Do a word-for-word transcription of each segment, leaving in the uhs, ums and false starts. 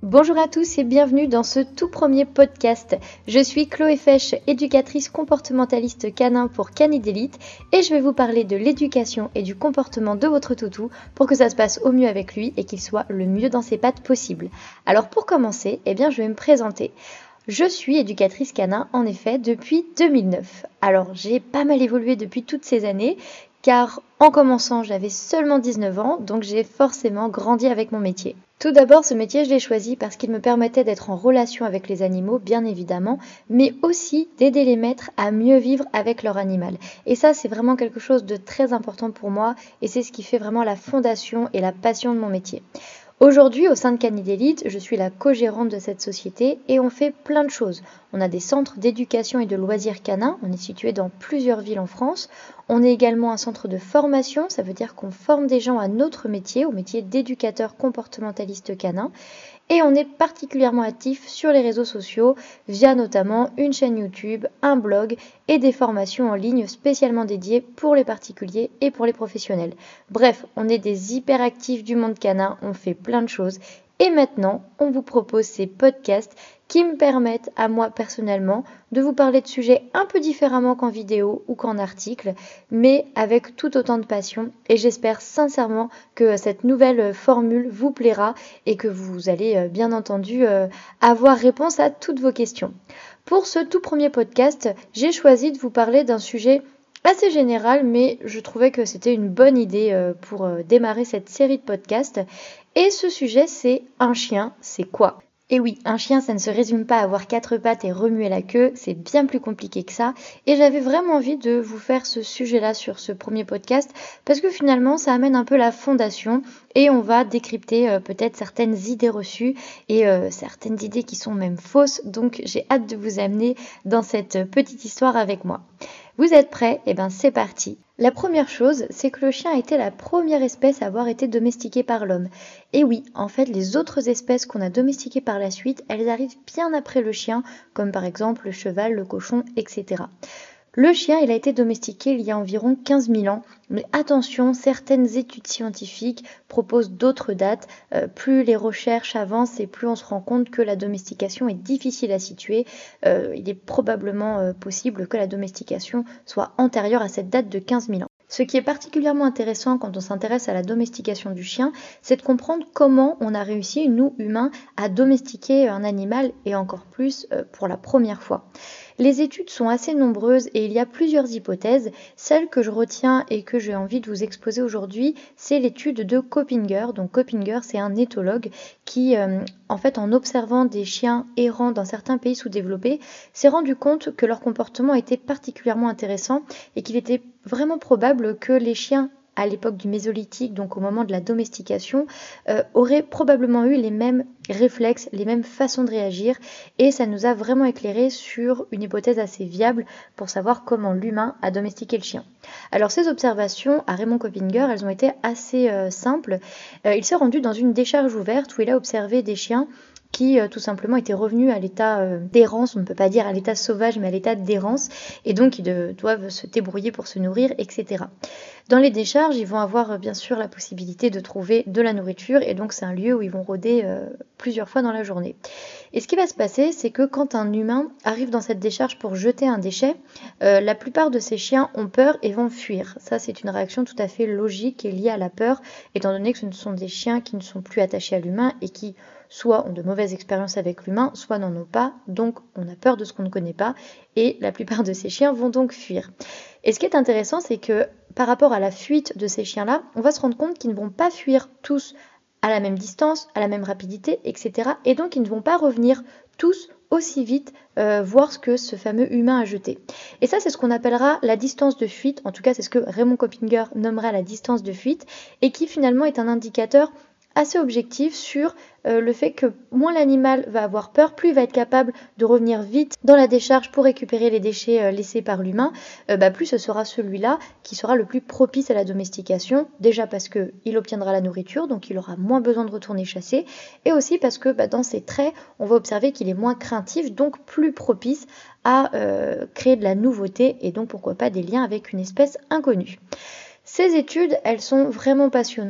Bonjour à tous et bienvenue dans ce tout premier podcast. Je suis Chloé Fesch, éducatrice comportementaliste canin pour Canidelite et je vais vous parler de l'éducation et du comportement de votre toutou pour que ça se passe au mieux avec lui et qu'il soit le mieux dans ses pattes possible. Alors pour commencer, eh bien je vais me présenter. Je suis éducatrice canin en effet depuis deux mille neuf. Alors j'ai pas mal évolué depuis toutes ces années car en commençant j'avais seulement dix-neuf ans donc j'ai forcément grandi avec mon métier. Tout d'abord, ce métier, je l'ai choisi parce qu'il me permettait d'être en relation avec les animaux, bien évidemment, mais aussi d'aider les maîtres à mieux vivre avec leur animal. Et ça, c'est vraiment quelque chose de très important pour moi et c'est ce qui fait vraiment la fondation et la passion de mon métier. Aujourd'hui, au sein de Canidelite, je suis la co-gérante de cette société et on fait plein de choses. On a des centres d'éducation et de loisirs canins, on est situé dans plusieurs villes en France. On est également un centre de formation, ça veut dire qu'on forme des gens à notre métier, au métier d'éducateur comportementaliste canin. Et on est particulièrement actif sur les réseaux sociaux via notamment une chaîne YouTube, un blog et des formations en ligne spécialement dédiées pour les particuliers et pour les professionnels. Bref, on est des hyperactifs du monde canin, on fait plein de choses. Et maintenant, on vous propose ces podcasts qui me permettent à moi personnellement de vous parler de sujets un peu différemment qu'en vidéo ou qu'en article, mais avec tout autant de passion et j'espère sincèrement que cette nouvelle formule vous plaira et que vous allez bien entendu avoir réponse à toutes vos questions. Pour ce tout premier podcast, j'ai choisi de vous parler d'un sujet assez général, mais je trouvais que c'était une bonne idée pour démarrer cette série de podcasts. Et ce sujet, c'est un chien, c'est quoi ? Et oui, un chien, ça ne se résume pas à avoir quatre pattes et remuer la queue, c'est bien plus compliqué que ça. Et j'avais vraiment envie de vous faire ce sujet-là sur ce premier podcast, parce que finalement, ça amène un peu la fondation et on va décrypter euh, peut-être certaines idées reçues et euh, certaines idées qui sont même fausses. Donc j'ai hâte de vous amener dans cette petite histoire avec moi. Vous êtes prêts ? Eh bien c'est parti. La première chose, c'est que le chien a été la première espèce à avoir été domestiquée par l'homme. Et oui, en fait, les autres espèces qu'on a domestiquées par la suite, elles arrivent bien après le chien, comme par exemple le cheval, le cochon, et cetera. Le chien, il a été domestiqué il y a environ quinze mille ans, mais attention, certaines études scientifiques proposent d'autres dates. Euh, plus les recherches avancent et plus on se rend compte que la domestication est difficile à situer. Euh, il est probablement euh, possible que la domestication soit antérieure à cette date de quinze mille ans. Ce qui est particulièrement intéressant quand on s'intéresse à la domestication du chien, c'est de comprendre comment on a réussi, nous humains, à domestiquer un animal et encore plus euh, pour la première fois. Les études sont assez nombreuses et il y a plusieurs hypothèses. Celle que je retiens et que j'ai envie de vous exposer aujourd'hui, c'est l'étude de Coppinger. Donc Coppinger, c'est un éthologue qui, euh, en fait, en observant des chiens errants dans certains pays sous-développés, s'est rendu compte que leur comportement était particulièrement intéressant et qu'il était vraiment probable que les chiens à l'époque du Mésolithique, donc au moment de la domestication, euh, auraient probablement eu les mêmes réflexes, les mêmes façons de réagir et ça nous a vraiment éclairé sur une hypothèse assez viable pour savoir comment l'humain a domestiqué le chien. Alors ces observations à Raymond Coppinger, elles ont été assez euh, simples. Euh, il s'est rendu dans une décharge ouverte où il a observé des chiens qui euh, tout simplement étaient revenus à l'état euh, d'errance, on ne peut pas dire à l'état sauvage, mais à l'état d'errance, et donc ils de, doivent se débrouiller pour se nourrir, et cetera. Dans les décharges, ils vont avoir euh, bien sûr la possibilité de trouver de la nourriture, et donc c'est un lieu où ils vont rôder euh, plusieurs fois dans la journée. Et ce qui va se passer, c'est que quand un humain arrive dans cette décharge pour jeter un déchet, euh, la plupart de ces chiens ont peur et vont fuir. Ça, c'est une réaction tout à fait logique et liée à la peur, étant donné que ce sont des chiens qui ne sont plus attachés à l'humain et qui soit ont de mauvaises expériences avec l'humain, soit n'en ont pas, donc on a peur de ce qu'on ne connaît pas, et la plupart de ces chiens vont donc fuir. Et ce qui est intéressant, c'est que par rapport à la fuite de ces chiens-là, on va se rendre compte qu'ils ne vont pas fuir tous à la même distance, à la même rapidité, et cetera. Et donc ils ne vont pas revenir tous aussi vite euh, voir ce que ce fameux humain a jeté. Et ça, c'est ce qu'on appellera la distance de fuite, en tout cas c'est ce que Raymond Coppinger nommera la distance de fuite, et qui finalement est un indicateur assez objectif sur euh, le fait que moins l'animal va avoir peur, plus il va être capable de revenir vite dans la décharge pour récupérer les déchets euh, laissés par l'humain, euh, bah, plus ce sera celui-là qui sera le plus propice à la domestication, déjà parce qu'il obtiendra la nourriture, donc il aura moins besoin de retourner chasser, et aussi parce que bah, dans ses traits, on va observer qu'il est moins craintif, donc plus propice à euh, créer de la nouveauté, et donc pourquoi pas des liens avec une espèce inconnue. Ces études, elles sont vraiment passionnantes.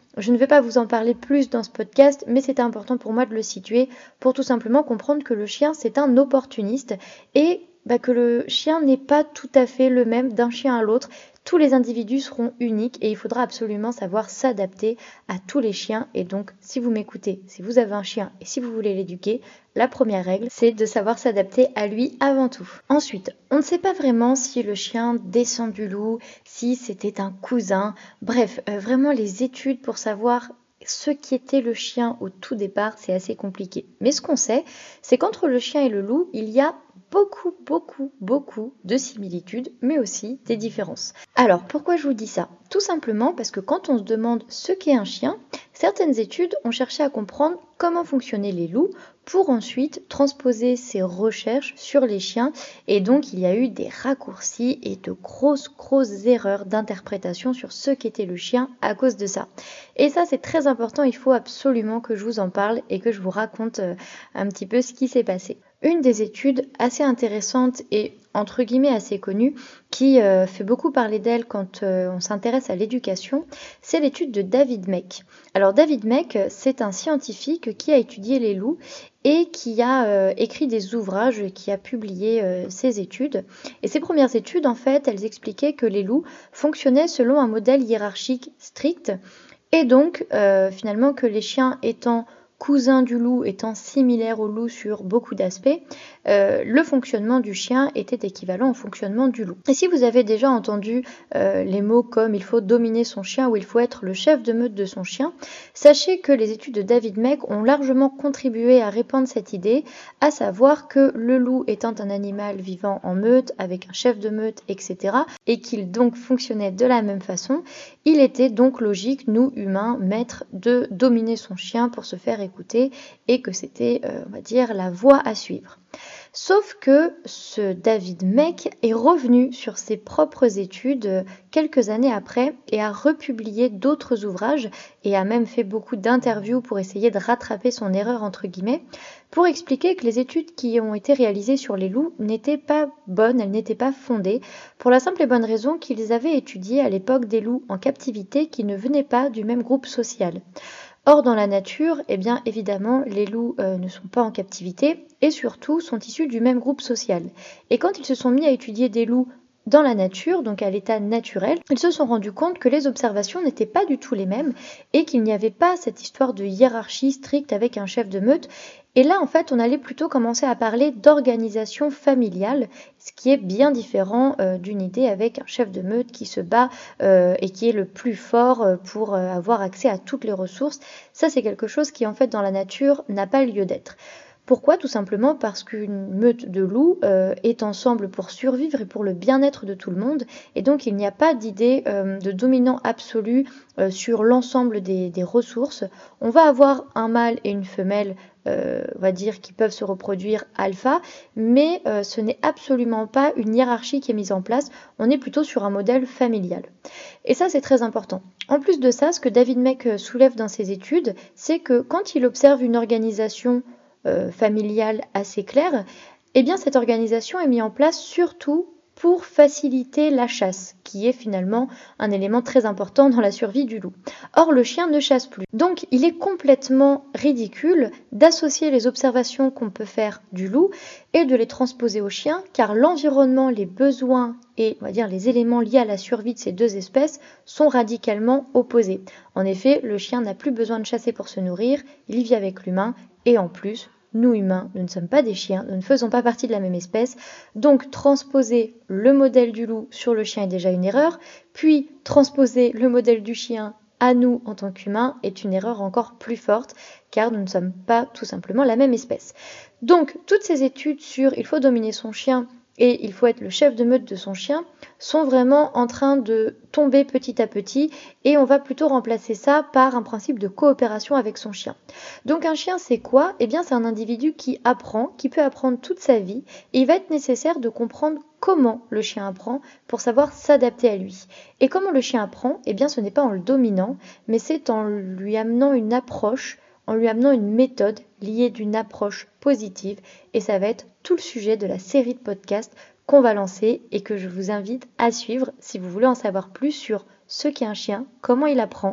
Je ne vais pas vous en parler plus dans ce podcast, mais c'est important pour moi de le situer pour tout simplement comprendre que le chien, c'est un opportuniste et bah, que le chien n'est pas tout à fait le même d'un chien à l'autre. Tous les individus seront uniques et il faudra absolument savoir s'adapter à tous les chiens. Et donc, si vous m'écoutez, si vous avez un chien et si vous voulez l'éduquer, la première règle, c'est de savoir s'adapter à lui avant tout. Ensuite, on ne sait pas vraiment si le chien descend du loup, si c'était un cousin. Bref, euh, vraiment les études pour savoir ce qui était le chien au tout départ, c'est assez compliqué. Mais ce qu'on sait, c'est qu'entre le chien et le loup, il y a beaucoup, beaucoup, beaucoup de similitudes, mais aussi des différences. Alors, pourquoi je vous dis ça ? Tout simplement parce que quand on se demande ce qu'est un chien, certaines études ont cherché à comprendre comment fonctionnaient les loups pour ensuite transposer ces recherches sur les chiens. Et donc, il y a eu des raccourcis et de grosses, grosses erreurs d'interprétation sur ce qu'était le chien à cause de ça. Et ça, c'est très important, il faut absolument que je vous en parle et que je vous raconte euh, un petit peu ce qui s'est passé. Une des études assez intéressantes et entre guillemets assez connue, qui euh, fait beaucoup parler d'elle quand euh, on s'intéresse à l'éducation, c'est l'étude de David Mech. Alors David Mech, c'est un scientifique qui a étudié les loups et qui a euh, écrit des ouvrages, qui a publié euh, ses études. Et ces premières études, en fait, elles expliquaient que les loups fonctionnaient selon un modèle hiérarchique strict et donc euh, finalement que les chiens étant cousin du loup, étant similaire au loup sur beaucoup d'aspects, euh, le fonctionnement du chien était équivalent au fonctionnement du loup. Et si vous avez déjà entendu euh, les mots comme il faut dominer son chien ou il faut être le chef de meute de son chien, sachez que les études de David Mech ont largement contribué à répandre cette idée, à savoir que le loup étant un animal vivant en meute, avec un chef de meute, et cetera, et qu'il donc fonctionnait de la même façon, il était donc logique, nous humains, maîtres, de dominer son chien pour se faire écouter et que c'était, euh, on va dire, la voie à suivre. Sauf que ce David Mech est revenu sur ses propres études quelques années après et a republié d'autres ouvrages et a même fait beaucoup d'interviews pour essayer de rattraper son erreur entre guillemets, pour expliquer que les études qui ont été réalisées sur les loups n'étaient pas bonnes, elles n'étaient pas fondées, pour la simple et bonne raison qu'ils avaient étudié à l'époque des loups en captivité qui ne venaient pas du même groupe social. Or, dans la nature, eh bien évidemment, les loups euh, ne sont pas en captivité et surtout sont issus du même groupe social. Et quand ils se sont mis à étudier des loups dans la nature, donc à l'état naturel, ils se sont rendus compte que les observations n'étaient pas du tout les mêmes et qu'il n'y avait pas cette histoire de hiérarchie stricte avec un chef de meute. Et là, en fait, on allait plutôt commencer à parler d'organisation familiale, ce qui est bien différent euh, d'une idée avec un chef de meute qui se bat euh, et qui est le plus fort euh, pour euh, avoir accès à toutes les ressources. Ça, c'est quelque chose qui, en fait, dans la nature, n'a pas lieu d'être. Pourquoi ? Tout simplement parce qu'une meute de loups euh, est ensemble pour survivre et pour le bien-être de tout le monde. Et donc, il n'y a pas d'idée euh, de dominant absolu euh, sur l'ensemble des, des ressources. On va avoir un mâle et une femelle, euh, on va dire, qui peuvent se reproduire alpha, mais euh, ce n'est absolument pas une hiérarchie qui est mise en place. On est plutôt sur un modèle familial. Et ça, c'est très important. En plus de ça, ce que David Mech soulève dans ses études, c'est que quand il observe une organisation Euh, familiale assez claire, eh bien cette organisation est mise en place surtout pour faciliter la chasse, qui est finalement un élément très important dans la survie du loup. Or, le chien ne chasse plus. Donc, il est complètement ridicule d'associer les observations qu'on peut faire du loup et de les transposer au chien, car l'environnement, les besoins et on va dire les éléments liés à la survie de ces deux espèces sont radicalement opposés. En effet, le chien n'a plus besoin de chasser pour se nourrir, il vit avec l'humain et en plus, nous humains, nous ne sommes pas des chiens, nous ne faisons pas partie de la même espèce, donc transposer le modèle du loup sur le chien est déjà une erreur, puis transposer le modèle du chien à nous en tant qu'humains est une erreur encore plus forte, car nous ne sommes pas tout simplement la même espèce. Donc, toutes ces études sur il faut dominer son chien et il faut être le chef de meute de son chien sont vraiment en train de tomber petit à petit et on va plutôt remplacer ça par un principe de coopération avec son chien. Donc un chien c'est quoi ? Eh bien c'est un individu qui apprend, qui peut apprendre toute sa vie et il va être nécessaire de comprendre comment le chien apprend pour savoir s'adapter à lui. Et comment le chien apprend ? Eh bien ce n'est pas en le dominant, mais c'est en lui amenant une approche, en lui amenant une méthode liée d'une approche positive et ça va être tout le sujet de la série de podcasts qu'on va lancer et que je vous invite à suivre si vous voulez en savoir plus sur ce qu'est un chien, comment il apprend,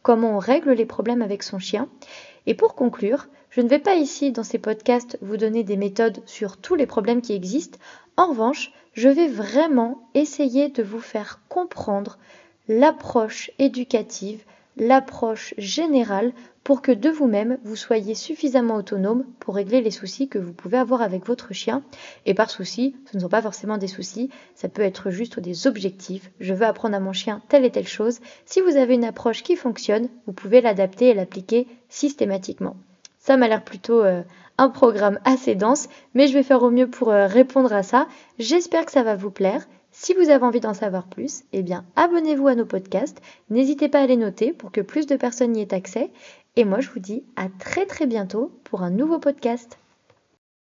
comment on règle les problèmes avec son chien. Et pour conclure, je ne vais pas ici dans ces podcasts vous donner des méthodes sur tous les problèmes qui existent. En revanche, je vais vraiment essayer de vous faire comprendre l'approche éducative, l'approche générale pour que de vous-même, vous soyez suffisamment autonome pour régler les soucis que vous pouvez avoir avec votre chien. Et par soucis, ce ne sont pas forcément des soucis, ça peut être juste des objectifs. Je veux apprendre à mon chien telle et telle chose. Si vous avez une approche qui fonctionne, vous pouvez l'adapter et l'appliquer systématiquement. Ça m'a l'air plutôt euh, un programme assez dense, mais je vais faire au mieux pour euh, répondre à ça. J'espère que ça va vous plaire. Si vous avez envie d'en savoir plus, eh bien abonnez-vous à nos podcasts. N'hésitez pas à les noter pour que plus de personnes y aient accès. Et moi, je vous dis à très très bientôt pour un nouveau podcast.